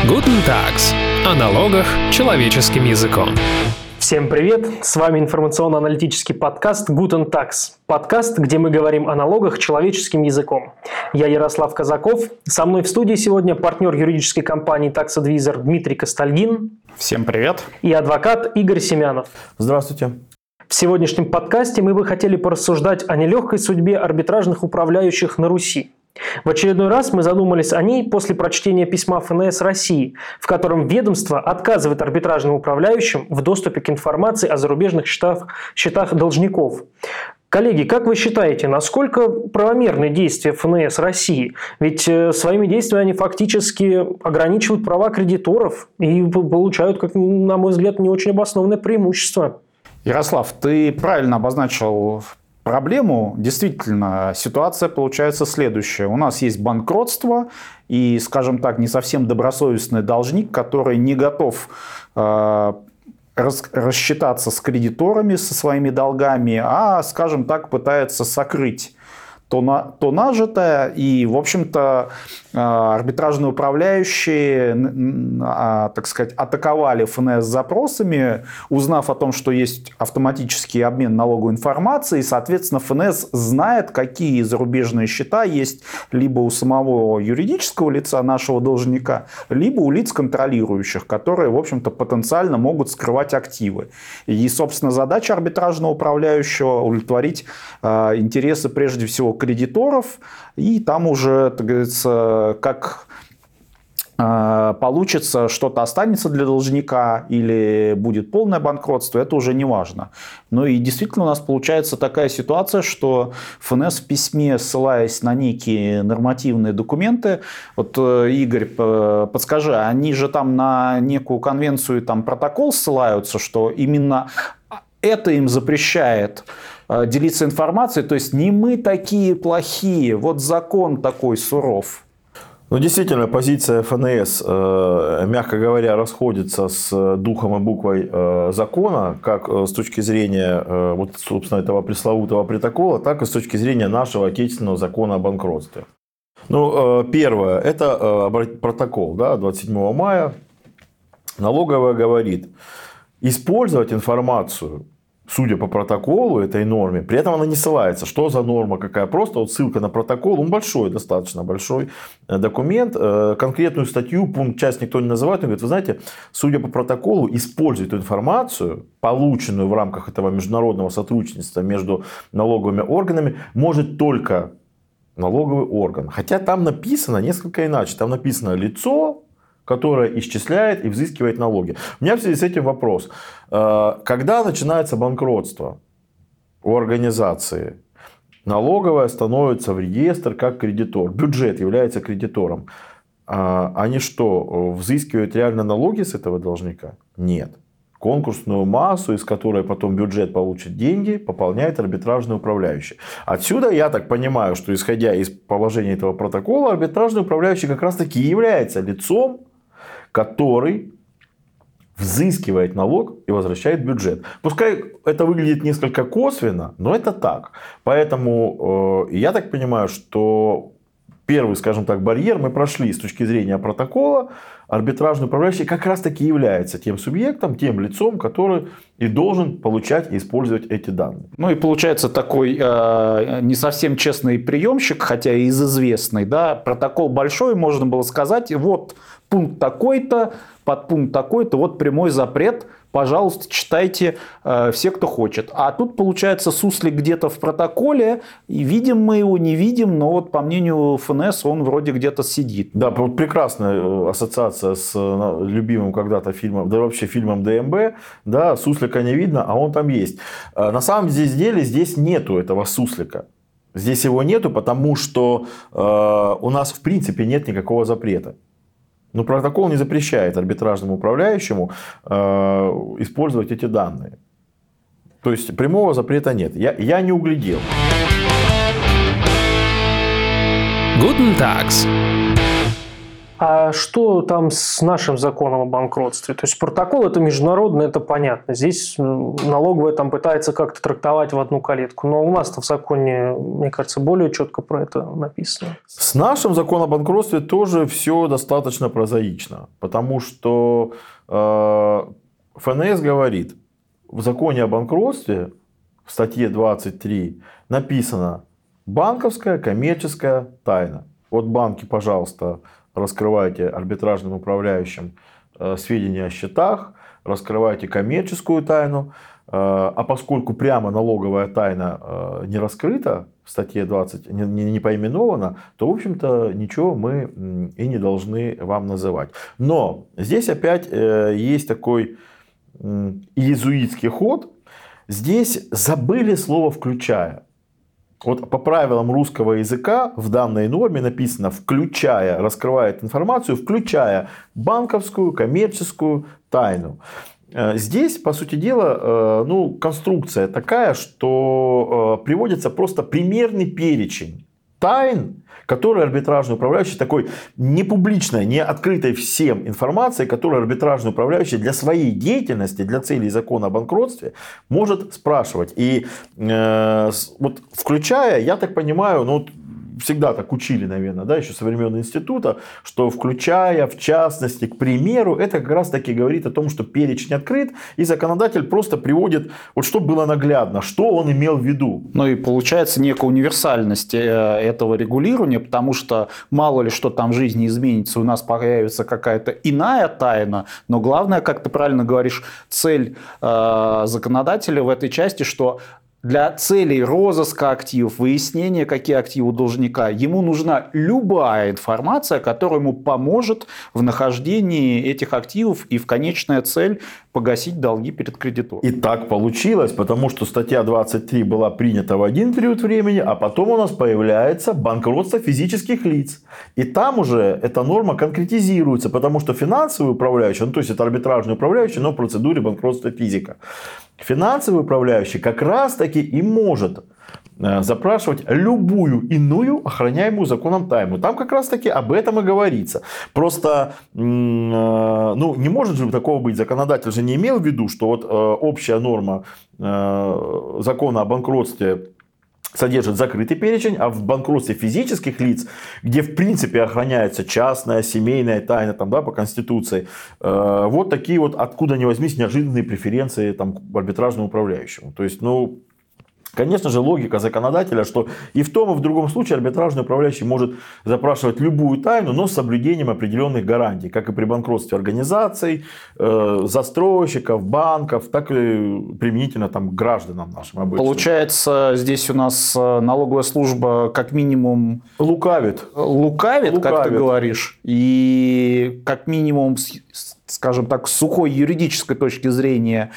Guten Tags. О налогах человеческим языком. Всем привет! С вами информационно-аналитический подкаст Guten Tags. Подкаст, где мы говорим о налогах человеческим языком. Я Ярослав Казаков. Со мной в студии сегодня партнер юридической компании Tax Advisor Дмитрий Костальгин. Всем привет! И адвокат Игорь Семянов. Здравствуйте! В сегодняшнем подкасте мы бы хотели порассуждать о нелегкой судьбе арбитражных управляющих на Руси. В очередной раз мы задумались о ней после прочтения письма ФНС России, в котором ведомство отказывает арбитражным управляющим в доступе к информации о зарубежных счетах должников. Коллеги, как вы считаете, насколько правомерны действия ФНС России? Ведь своими действиями они фактически ограничивают права кредиторов и получают, как, на мой взгляд, не очень обоснованное преимущество. Ярослав, ты правильно обозначил проблему. Действительно, ситуация получается следующая. У нас есть банкротство и, скажем так, не совсем добросовестный должник, который не готов рассчитаться с кредиторами, со своими долгами, а, скажем так, пытается сокрыть то нажитое. И, в общем-то, арбитражные управляющие, так сказать, атаковали ФНС запросами, узнав о том, что есть автоматический обмен налоговой информацией. И, соответственно, ФНС знает, какие зарубежные счета есть либо у самого юридического лица нашего должника, либо у лиц контролирующих, которые, в общем-то, потенциально могут скрывать активы. И, собственно, задача арбитражного управляющего удовлетворить интересы, прежде всего, кредиторов, и там уже, так говорится, как получится, что-то останется для должника или будет полное банкротство, это уже не важно. Ну и действительно у нас получается такая ситуация, что ФНС в письме, ссылаясь на некие нормативные документы, вот, Игорь, подскажи, они же там на некую конвенцию, там протокол ссылаются, что именно это им запрещает делиться информацией, то есть не мы такие плохие, вот закон такой суров. Ну, действительно, позиция ФНС, мягко говоря, расходится с духом и буквой закона, как с точки зрения, вот, собственно, этого пресловутого протокола, так и с точки зрения нашего отечественного закона о банкротстве. Ну, первое, это протокол, да, 27 мая. Налоговая говорит, использовать информацию, судя по протоколу этой норме, при этом она не ссылается, что за норма, какая. Просто вот ссылка на протокол, он большой, достаточно большой документ. Конкретную статью, пункт, часть никто не называет. Он говорит, вы знаете, судя по протоколу, использовать эту информацию, полученную в рамках этого международного сотрудничества между налоговыми органами, может только налоговый орган. Хотя там написано несколько иначе. Там написано лицо, которая исчисляет и взыскивает налоги. У меня в связи с этим вопрос. Когда начинается банкротство у организации, налоговая становится в реестр как кредитор. Бюджет является кредитором. Они что, взыскивают реально налоги с этого должника? Нет. Конкурсную массу, из которой потом бюджет получит деньги, пополняет арбитражный управляющий. Отсюда я так понимаю, что исходя из положения этого протокола, арбитражный управляющий как раз таки является лицом, который взыскивает налог и возвращает бюджет. Пускай это выглядит несколько косвенно, но это так. Поэтому я так понимаю, что первый, скажем так, барьер мы прошли с точки зрения протокола. Арбитражный управляющий как раз таки является тем субъектом, тем лицом, который и должен получать и использовать эти данные. Ну и получается такой не совсем честный приемщик, хотя и известный. Да? Протокол большой, можно было сказать, вот пункт такой-то, подпункт такой-то, вот прямой запрет. Пожалуйста, читайте все, кто хочет. А тут, получается, суслик где-то в протоколе. И видим мы его, не видим. Но вот по мнению ФНС он вроде где-то сидит. Да, прекрасная ассоциация с любимым когда-то фильмом, да вообще фильмом ДМБ. Да, суслика не видно, а он там есть. На самом деле здесь нету этого суслика. Здесь его нету, потому что у нас в принципе нет никакого запрета. Но протокол не запрещает арбитражному управляющему использовать эти данные. То есть прямого запрета нет. Я не углядел. Guten Tags. А что там с нашим законом о банкротстве? То есть протокол это международный, это понятно. Здесь налоговая там пытается как-то трактовать в одну калитку. Но у нас-то в законе, мне кажется, более четко про это написано. С нашим законом о банкротстве тоже все достаточно прозаично. Потому что ФНС говорит, в законе о банкротстве в статье 23 написано банковская коммерческая тайна. Вот банки, пожалуйста, раскрывайте арбитражным управляющим сведения о счетах, раскрывайте коммерческую тайну. А поскольку прямо налоговая тайна не раскрыта в статье 20, не поименована, то, в общем-то, ничего мы и не должны вам называть. Но здесь опять есть такой иезуитский ход. Здесь забыли слово «включая». Вот по правилам русского языка в данной норме написано «включая», раскрывает информацию, включая банковскую, коммерческую тайну. Здесь, по сути дела, конструкция такая, что приводится просто примерный перечень тайн, которые арбитражный управляющий, такой не публичной, не открытой всем информацией, которую арбитражный управляющий для своей деятельности, для целей закона о банкротстве может спрашивать. И вот включая, я так понимаю, всегда так учили, наверное, да, еще со времен института, что включая, в частности, к примеру, это как раз таки говорит о том, что перечень открыт, и законодатель просто приводит, вот чтобы было наглядно, что он имел в виду. Ну и получается некая универсальность этого регулирования, потому что мало ли что там в жизни изменится, у нас появится какая-то иная тайна, но главное, как ты правильно говоришь, цель законодателя в этой части, что для целей розыска активов, выяснения, какие активы у должника, ему нужна любая информация, которая ему поможет в нахождении этих активов и в конечная цель погасить долги перед кредитором. И так получилось, потому что статья 23 была принята в один период времени, а потом у нас появляется банкротство физических лиц. И там уже эта норма конкретизируется, потому что финансовый управляющий, то есть это арбитражный управляющий, но в процедуре банкротства физика. Финансовый управляющий как раз таки и может запрашивать любую иную охраняемую законом тайну. Там как раз таки об этом и говорится. Просто не может же такого быть. Законодатель же не имел в виду, что вот общая норма закона о банкротстве содержит закрытый перечень, а в банкротстве физических лиц, где в принципе охраняется частная, семейная тайна по Конституции, вот такие вот, откуда ни возьмись, неожиданные преференции арбитражному управляющему. То есть, конечно же, логика законодателя, что и в том, и в другом случае арбитражный управляющий может запрашивать любую тайну, но с соблюдением определенных гарантий, как и при банкротстве организаций, застройщиков, банков, так и применительно к гражданам нашим обычным. Получается, здесь у нас налоговая служба как минимум лукавит, как ты говоришь, и как минимум, скажем так, с сухой юридической точки зрения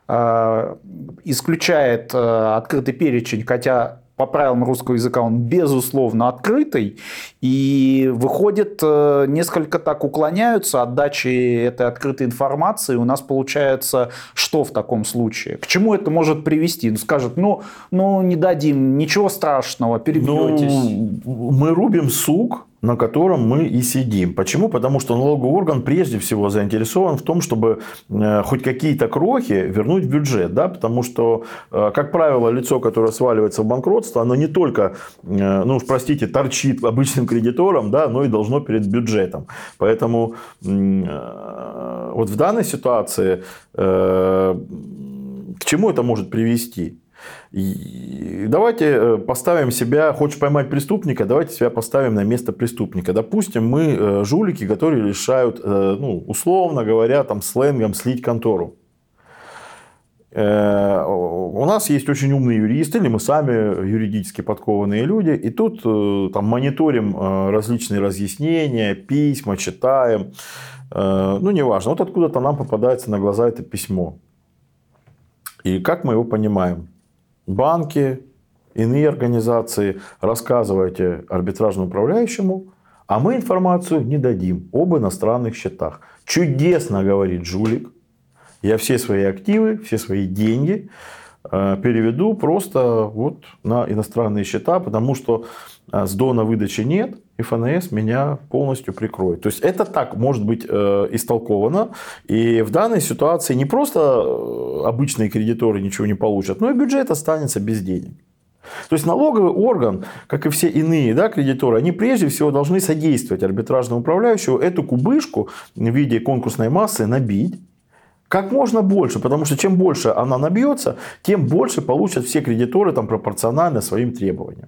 исключает открытый перечень, хотя по правилам русского языка он безусловно открытый, и выходит, несколько так уклоняются от дачи этой открытой информации. У нас получается, что в таком случае? К чему это может привести? Скажут, не дадим, ничего страшного, перебьетесь. Мы рубим сук, на котором мы и сидим. Почему? Потому что налоговый орган прежде всего заинтересован в том, чтобы хоть какие-то крохи вернуть в бюджет. Да? Потому что, как правило, лицо, которое сваливается в банкротство, оно не только, торчит обычным кредитором, да, но и должно перед бюджетом. Поэтому вот в данной ситуации к чему это может привести? И давайте поставим себя, хочешь поймать преступника, давайте себя поставим на место преступника. Допустим, мы жулики, которые решают, условно говоря, сленгом слить контору. У нас есть очень умные юристы, или мы сами юридически подкованные люди, и тут мониторим различные разъяснения, письма, читаем, неважно, вот откуда-то нам попадается на глаза это письмо. И как мы его понимаем? Банки, иные организации, рассказывайте арбитражному управляющему, а мы информацию не дадим об иностранных счетах. Чудесно, говорит жулик. Я все свои активы, все свои деньги переведу просто на иностранные счета, потому что с дона выдачи нет, и ФНС меня полностью прикроет. То есть это так может быть истолковано. И в данной ситуации не просто обычные кредиторы ничего не получат, но и бюджет останется без денег. То есть налоговый орган, как и все иные, да, кредиторы, они прежде всего должны содействовать арбитражному управляющему эту кубышку в виде конкурсной массы набить как можно больше, потому что чем больше она набьется, тем больше получат все кредиторы там, пропорционально своим требованиям.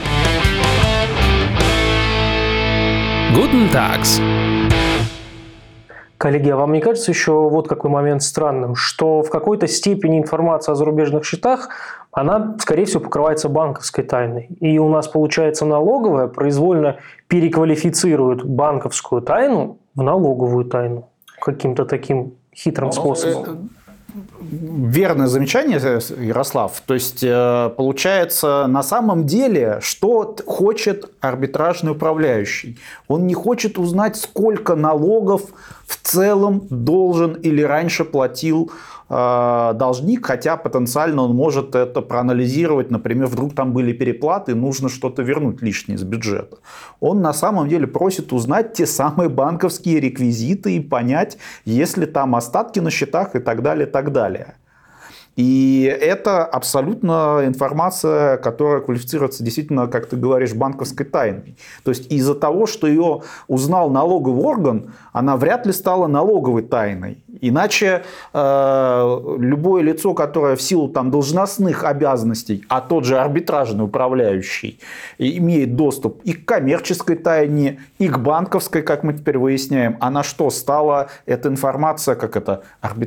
Guten Tags. Коллеги, а вам не кажется еще вот какой момент странным, что в какой-то степени информация о зарубежных счетах, она, скорее всего, покрывается банковской тайной. И у нас, получается, налоговая произвольно переквалифицирует банковскую тайну в налоговую тайну каким-то таким хитрым способом. Верное замечание, Ярослав. То есть, получается, на самом деле, что хочет арбитражный управляющий? Он не хочет узнать, сколько налогов в целом должен или раньше платил должник, хотя потенциально он может это проанализировать, например, вдруг там были переплаты, нужно что-то вернуть лишнее из бюджета. Он на самом деле просит узнать те самые банковские реквизиты и понять, есть ли там остатки на счетах и так далее, и так далее. И это абсолютно информация, которая квалифицируется действительно, как ты говоришь, банковской тайной. То есть из-за того, что ее узнал налоговый орган, она вряд ли стала налоговой тайной. Иначе любое лицо, которое в силу там, должностных обязанностей, а тот же арбитражный управляющий, имеет доступ и к коммерческой тайне, и к банковской, как мы теперь выясняем, она что, стала эта информация, как это,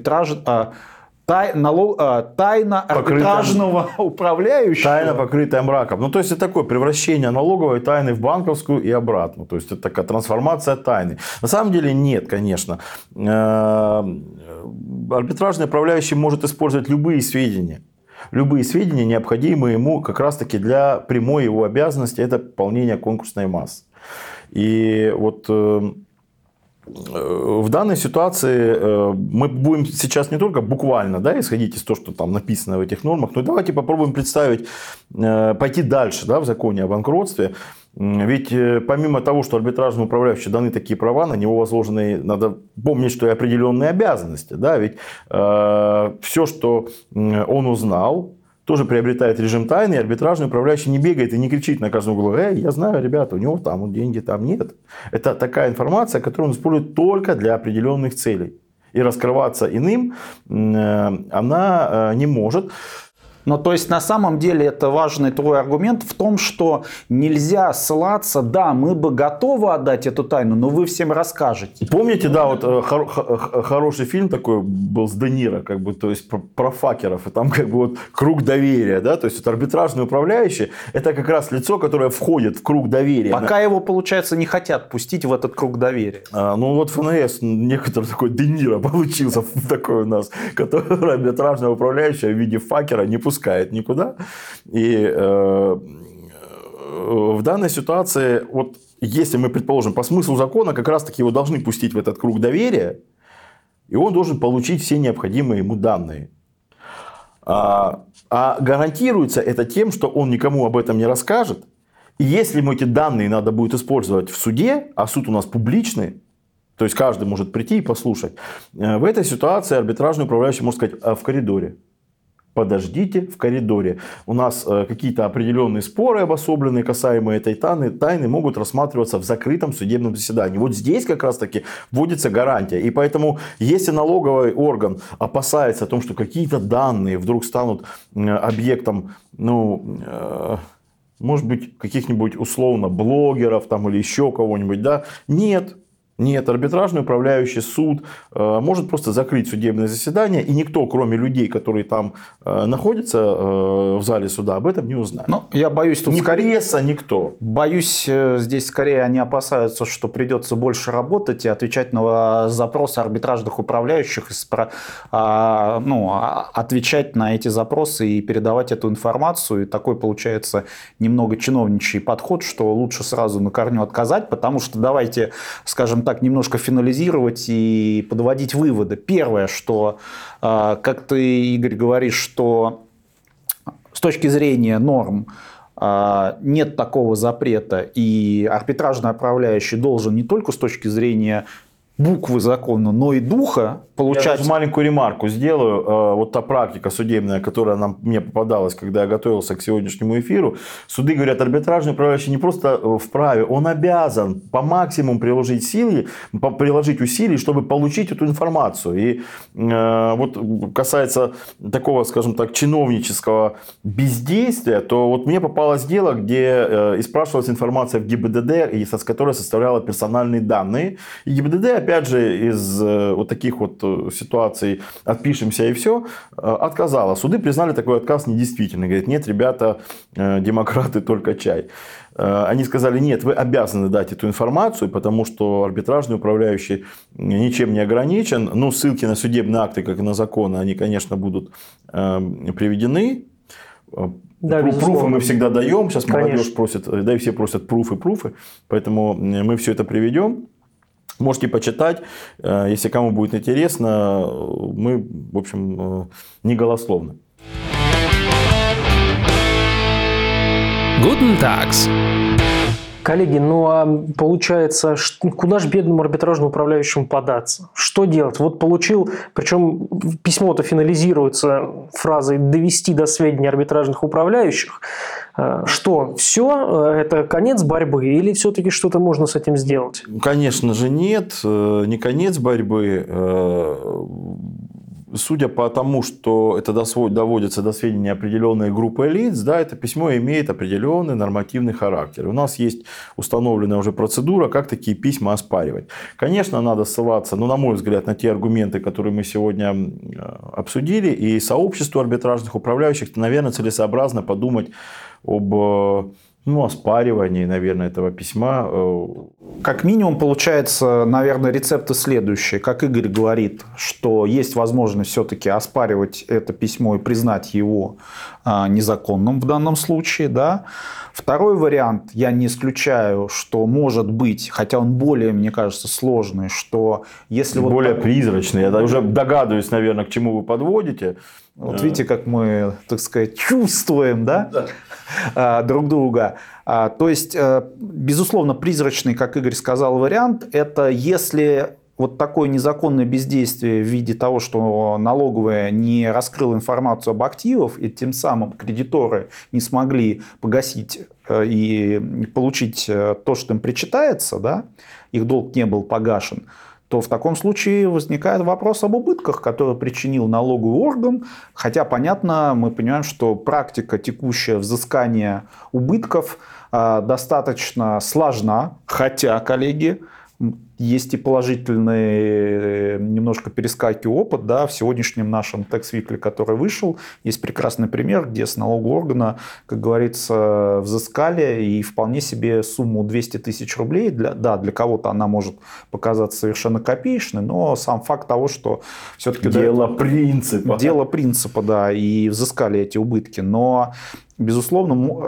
тайна арбитражного управляющего. Тайна, покрытая мраком. Ну, то есть, это такое превращение налоговой тайны в банковскую и обратно. То есть, это такая трансформация тайны. На самом деле, нет, конечно. Арбитражный управляющий может использовать любые сведения. Любые сведения, необходимые ему как раз-таки для прямой его обязанности, это пополнение конкурсной массы. И вот... В данной ситуации мы будем сейчас не только буквально исходить из того, что там написано в этих нормах, но давайте попробуем представить, пойти дальше в законе о банкротстве. Ведь помимо того, что арбитражному управляющему даны такие права, на него возложены, надо помнить, что и определенные обязанности. Ведь все, что он узнал, тоже приобретает режим тайны, и арбитражный управляющий не бегает и не кричит на каждом углу: я знаю, ребята, у него там деньги, там нет. Это такая информация, которую он использует только для определенных целей. И раскрываться иным она не может. Но то есть на самом деле это важный твой аргумент в том, что нельзя ссылаться, да, мы бы готовы отдать эту тайну, но вы всем расскажете. Помните, вот хороший фильм такой был с Де Ниро, то есть про факеров, и там вот круг доверия, то есть арбитражный управляющий, это как раз лицо, которое входит в круг доверия. Пока его, получается, не хотят пустить в этот круг доверия. Ну вот ФНС, некоторый такой Де Ниро получился такой у нас, который арбитражного управляющего в виде факера не пускает никуда. И в данной ситуации, вот если мы предположим, по смыслу закона, как раз таки его должны пустить в этот круг доверия, и он должен получить все необходимые ему данные. А гарантируется это тем, что он никому об этом не расскажет. И если ему эти данные надо будет использовать в суде, а суд у нас публичный, то есть каждый может прийти и послушать, в этой ситуации арбитражный управляющий может сказать: в коридоре. Подождите в коридоре. У нас какие-то определенные споры обособленные, касаемые этой тайны, могут рассматриваться в закрытом судебном заседании. Вот здесь как раз-таки вводится гарантия. И поэтому, если налоговый орган опасается о том, что какие-то данные вдруг станут объектом, может быть, каких-нибудь условно блогеров или еще кого-нибудь, нет, арбитражный управляющий, суд может просто закрыть судебное заседание, и никто, кроме людей, которые там находятся в зале суда, об этом не узнает. Я боюсь, тут ни пресса, никто. Боюсь, здесь скорее они опасаются, что придется больше работать и отвечать на запросы арбитражных управляющих, отвечать на эти запросы и передавать эту информацию. И такой получается немного чиновничий подход, что лучше сразу на корню отказать, потому что давайте, скажем так, немножко финализировать и подводить выводы. Первое, что, как ты, Игорь, говоришь, что с точки зрения норм нет такого запрета, и арбитражный управляющий должен не только с точки зрения буквы закона, но и духа получать... Я даже маленькую ремарку сделаю. Вот та практика судебная, которая мне попадалась, когда я готовился к сегодняшнему эфиру. Суды говорят, арбитражный управляющий не просто вправе, он обязан по максимуму приложить усилий, чтобы получить эту информацию. И вот касается такого, скажем так, чиновнического бездействия, то вот мне попалось дело, где и спрашивалась информация в ГИБДД, с которой составляла персональные данные. И ГИБДД, опять же, из вот таких вот ситуаций отпишемся и все, отказала. Суды признали такой отказ недействительным. Говорят, нет, ребята, демократы, только чай. Они сказали, нет, вы обязаны дать эту информацию, потому что арбитражный управляющий ничем не ограничен. Ну, ссылки на судебные акты, как и на законы, они, конечно, будут приведены. Да, пруфы мы всегда даем. Сейчас молодежь Конечно. просит, да и все просят пруфы. Поэтому мы все это приведем. Можете почитать, если кому будет интересно, мы, в общем, не голословны. Guten Tags. Коллеги, ну а получается, куда же бедному арбитражному управляющему податься? Что делать? Вот получил, причем письмо-то финализируется фразой «довести до сведения арбитражных управляющих». Что, все, это конец борьбы или все-таки что-то можно с этим сделать? Конечно же нет, не конец борьбы. Судя по тому, что это доводится до сведения определенной группы лиц, да, это письмо имеет определенный нормативный характер. У нас есть установленная уже процедура, как такие письма оспаривать. Конечно, надо ссылаться, на мой взгляд, на те аргументы, которые мы сегодня обсудили. И сообществу арбитражных управляющих, наверное, целесообразно подумать об оспаривании, наверное, этого письма. Как минимум, получается, наверное, рецепты следующие. Как Игорь говорит, что есть возможность все-таки оспаривать это письмо и признать его незаконным в данном случае. Да? Второй вариант, я не исключаю, что может быть, хотя он более, мне кажется, сложный, что если... Более призрачный. Я уже догадываюсь, наверное, к чему вы подводите. Вот видите, как мы, так сказать, чувствуем, да? Друг друга. То есть, безусловно, призрачный, как Игорь сказал, вариант, это если вот такое незаконное бездействие в виде того, что налоговая не раскрыла информацию об активах, и тем самым кредиторы не смогли погасить и получить то, что им причитается, да? Их долг не был погашен, то в таком случае возникает вопрос об убытках, которые причинил налоговый орган. Хотя, понятно, мы понимаем, что практика текущая взыскания убытков достаточно сложна. Хотя, коллеги, есть и положительный, немножко перескакивая опыт. Да, в сегодняшнем нашем Tax Weekly, который вышел, есть прекрасный пример, где с налогового органа, как говорится, взыскали и вполне себе сумму 200 тысяч рублей. Для кого-то она может показаться совершенно копеечной, но сам факт того, что все-таки... Дело принципа. Дело принципа, да, и взыскали эти убытки. Но, безусловно,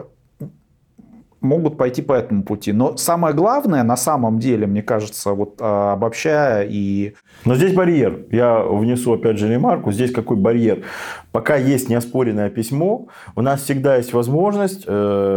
могут пойти по этому пути. Но самое главное, на самом деле, мне кажется, вот обобщая и... Но здесь барьер. Я внесу опять же ремарку. Здесь какой барьер? Пока есть неоспоренное письмо, у нас всегда есть возможность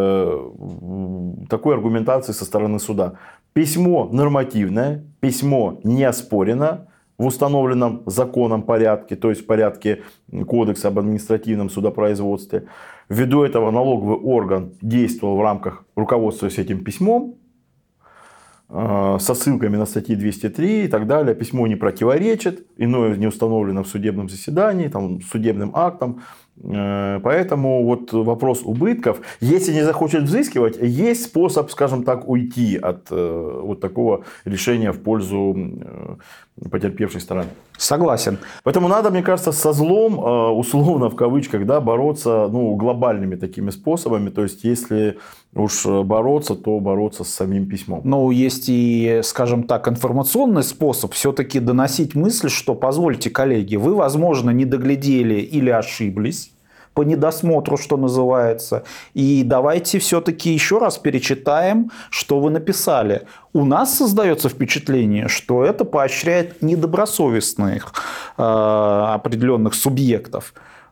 такой аргументации со стороны суда. Письмо нормативное, письмо не оспорено в установленном законом порядке, то есть в порядке Кодекса об административном судопроизводстве. Ввиду этого налоговый орган действовал в рамках, руководствуясь этим письмом, со ссылками на статьи 203 и так далее. Письмо не противоречит, иное не установлено в судебном заседании, судебным актом. Поэтому вот вопрос убытков, если не захочет взыскивать, есть способ, скажем так, уйти от вот такого решения в пользу потерпевшей стороны. Согласен. Поэтому надо, мне кажется, со злом, условно в кавычках, да, бороться глобальными такими способами. То есть, если уж бороться, то бороться с самим письмом. Но есть и, скажем так, информационный способ все-таки доносить мысль, что, позвольте, коллеги, вы, возможно, не доглядели или ошиблись по недосмотру, что называется. И давайте все-таки еще раз перечитаем, что вы написали. У нас создается впечатление, что это поощряет недобросовестных определенных субъектов.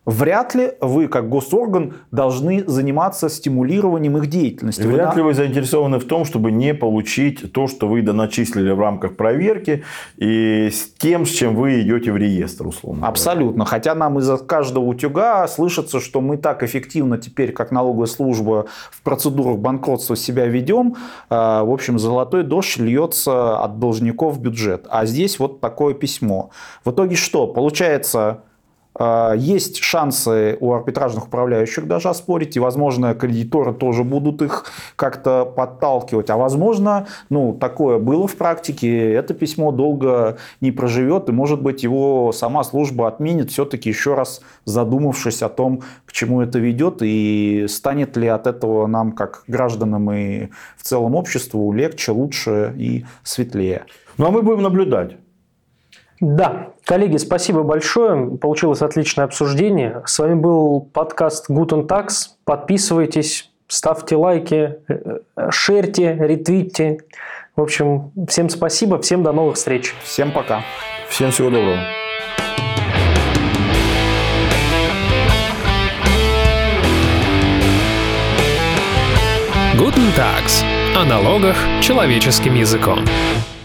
вряд ли вы, как госорган, должны заниматься стимулированием их деятельности. Вряд ли вы заинтересованы в том, чтобы не получить то, что вы доначислили в рамках проверки, и с тем, с чем вы идете в реестр, условно. Абсолютно. Хотя нам из-за каждого утюга слышится, что мы так эффективно теперь, как налоговая служба, в процедурах банкротства себя ведем. В общем, золотой дождь льется от должников в бюджет. А здесь вот такое письмо. В итоге что? Получается... Есть шансы у арбитражных управляющих даже оспорить, и, возможно, кредиторы тоже будут их как-то подталкивать. А, возможно, такое было в практике, это письмо долго не проживет, и, может быть, его сама служба отменит, все-таки еще раз задумавшись о том, к чему это ведет, и станет ли от этого нам, как гражданам и в целом обществу, легче, лучше и светлее. Ну, а мы будем наблюдать. Да, коллеги, спасибо большое. Получилось отличное обсуждение. С вами был подкаст Guten Tax. Подписывайтесь, ставьте лайки, шерьте, ретвитьте. В общем, всем спасибо, всем до новых встреч. Всем пока. Всем всего доброго. Guten Tax. О налогах человеческим языком.